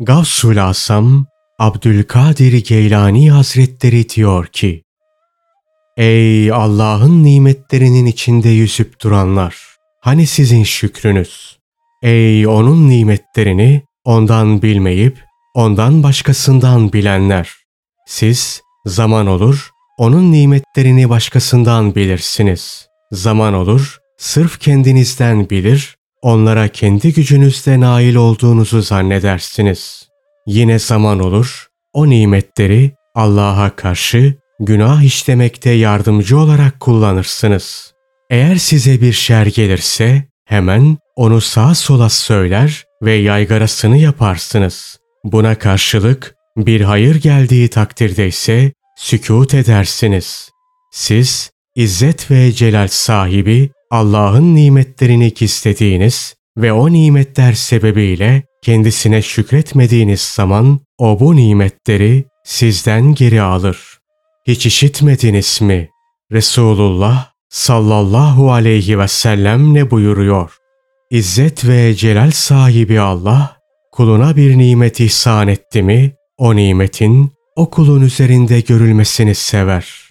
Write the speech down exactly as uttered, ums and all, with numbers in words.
Gavsul Asam Abdülkadir Geylani Hazretleri diyor ki: Ey Allah'ın nimetlerinin içinde yüzüp duranlar! Hani sizin şükrünüz? Ey onun nimetlerini ondan bilmeyip ondan başkasından bilenler! Siz zaman olur onun nimetlerini başkasından bilirsiniz. Zaman olur sırf kendinizden bilir, onlara kendi gücünüzle nail olduğunuzu zannedersiniz. Yine zaman olur o nimetleri Allah'a karşı günah işlemekte yardımcı olarak kullanırsınız. Eğer size bir şer gelirse hemen onu sağa sola söyler ve yaygarasını yaparsınız. Buna karşılık bir hayır geldiği takdirde ise sükût edersiniz. Siz İzzet ve celal sahibi Allah'ın nimetlerini gizlediğiniz ve o nimetler sebebiyle kendisine şükretmediğiniz zaman o bu nimetleri sizden geri alır. Hiç işitmediniz mi? Resulullah sallallahu aleyhi ve sellem ne buyuruyor? İzzet ve celal sahibi Allah kuluna bir nimet ihsan etti mi, o nimetin o kulun üzerinde görülmesini sever.